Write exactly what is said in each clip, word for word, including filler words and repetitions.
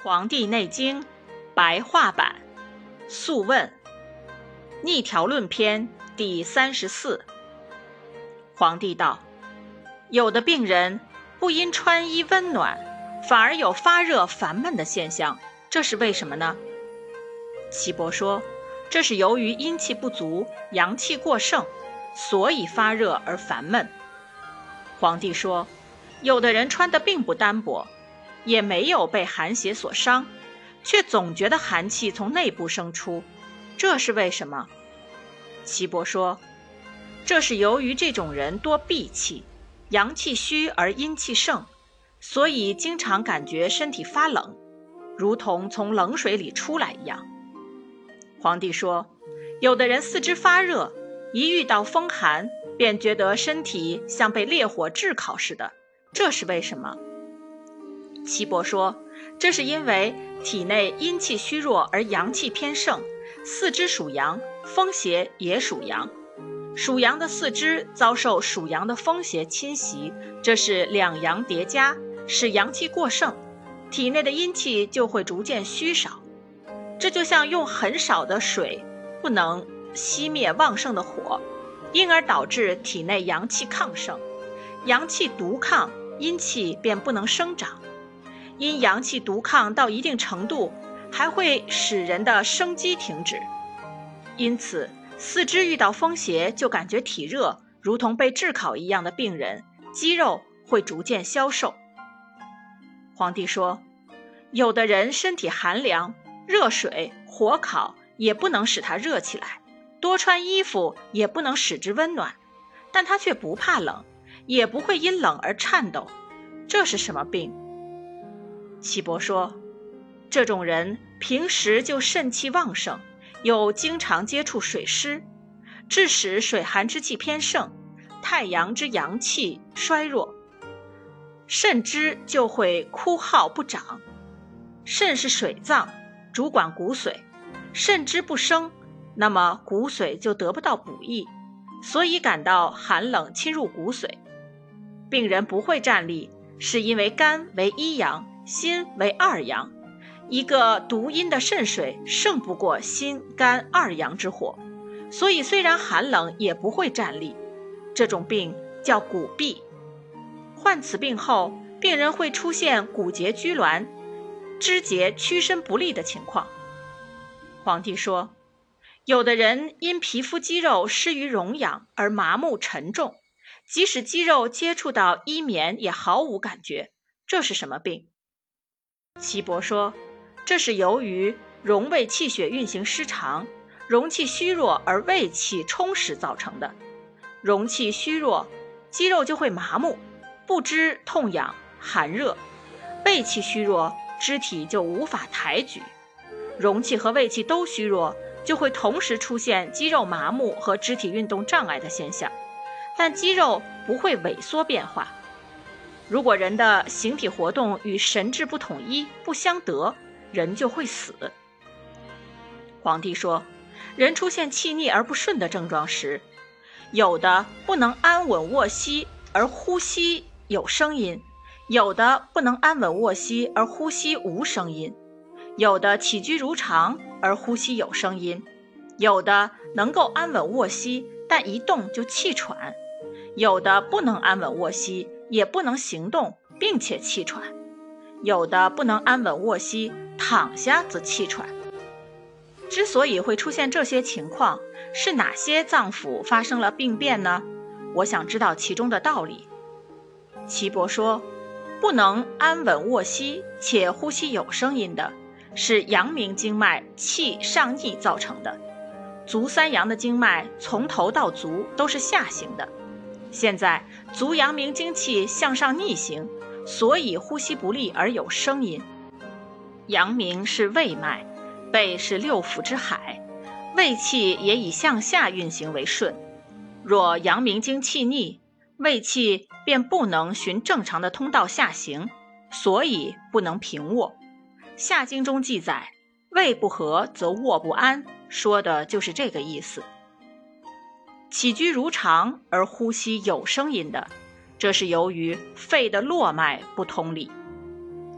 黄帝内经白话版素问逆条论篇第三十四。黄帝道：有的病人不因穿衣温暖，反而有发热烦闷的现象，这是为什么呢？岐伯说，这是由于阴气不足，阳气过盛，所以发热而烦闷。黄帝说，有的人穿得并不单薄，也没有被寒邪所伤，却总觉得寒气从内部生出，这是为什么？岐伯说，这是由于这种人多闭气，阳气虚而阴气盛，所以经常感觉身体发冷，如同从冷水里出来一样。黄帝说，有的人四肢发热，一遇到风寒，便觉得身体像被烈火炙烤似的，这是为什么？岐伯说，这是因为体内阴气虚弱而阳气偏盛，四肢属阳，风邪也属阳，属阳的四肢遭受属阳的风邪侵袭，这是两阳叠加，使阳气过盛，体内的阴气就会逐渐虚少。这就像用很少的水不能熄灭旺盛的火，因而导致体内阳气亢盛，阳气独亢，阴气便不能生长。因阳气独亢到一定程度，还会使人的生机停止。因此，四肢遇到风邪就感觉体热，如同被炙烤一样的病人，肌肉会逐渐消瘦。黄帝说，有的人身体寒凉，热水、火烤也不能使他热起来，多穿衣服也不能使之温暖，但他却不怕冷，也不会因冷而颤抖，这是什么病？岐伯说，这种人平时就肾气旺盛，又经常接触水湿，致使水寒之气偏盛，太阳之阳气衰弱，肾之就会枯耗不长。肾是水脏，主管骨髓，肾之不生，那么骨髓就得不到补益，所以感到寒冷侵入骨髓。病人不会站立，是因为肝为一阳，心为二阳，一个独阴的肾水胜不过心肝二阳之火，所以虽然寒冷也不会站立。这种病叫骨痹。患此病后，病人会出现骨节拘挛、肢节屈伸不利的情况。黄帝说，有的人因皮肤肌肉失于荣养而麻木沉重，即使肌肉接触到衣棉也毫无感觉，这是什么病？岐伯说，这是由于荣卫气血运行失常，荣气虚弱而卫气充实造成的。荣气虚弱，肌肉就会麻木，不知痛痒寒热；卫气虚弱，肢体就无法抬举。荣气和卫气都虚弱，就会同时出现肌肉麻木和肢体运动障碍的现象，但肌肉不会萎缩变化。如果人的形体活动与神志不统一、不相得，人就会死。黄帝说，人出现气逆而不顺的症状时，有的不能安稳卧息而呼吸有声音，有的不能安稳卧息而呼吸无声音，有的起居如常而呼吸有声音，有的能够安稳卧息，但一动就气喘，有的不能安稳卧息，也不能行动，并且气喘，有的不能安稳卧息，躺下则气喘。之所以会出现这些情况，是哪些脏腑发生了病变呢？我想知道其中的道理。岐伯说，不能安稳卧息且呼吸有声音的，是阳明经脉气上逆造成的。足三阳的经脉从头到足都是下行的，现在足阳明经气向上逆行，所以呼吸不利而有声音。阳明是胃脉，胃是六腑之海，胃气也以向下运行为顺。若阳明经气逆，胃气便不能循正常的通道下行，所以不能平卧。下经中记载，胃不和则卧不安，说的就是这个意思。起居如常而呼吸有声音的，这是由于肺的络脉不通理。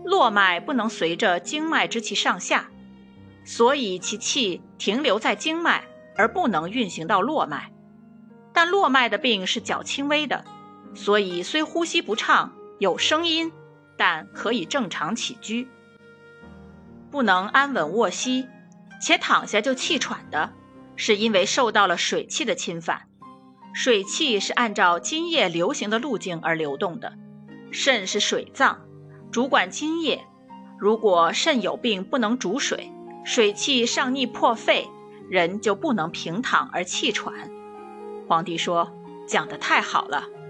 络脉不能随着经脉之气上下，所以其气停留在经脉，而不能运行到络脉。但络脉的病是较轻微的，所以虽呼吸不畅，有声音，但可以正常起居。不能安稳卧息，且躺下就气喘的，是因为受到了水气的侵犯。水气是按照津液流行的路径而流动的，肾是水脏，主管津液。如果肾有病不能主水，水气上逆破肺，人就不能平躺而气喘。皇帝说，讲得太好了。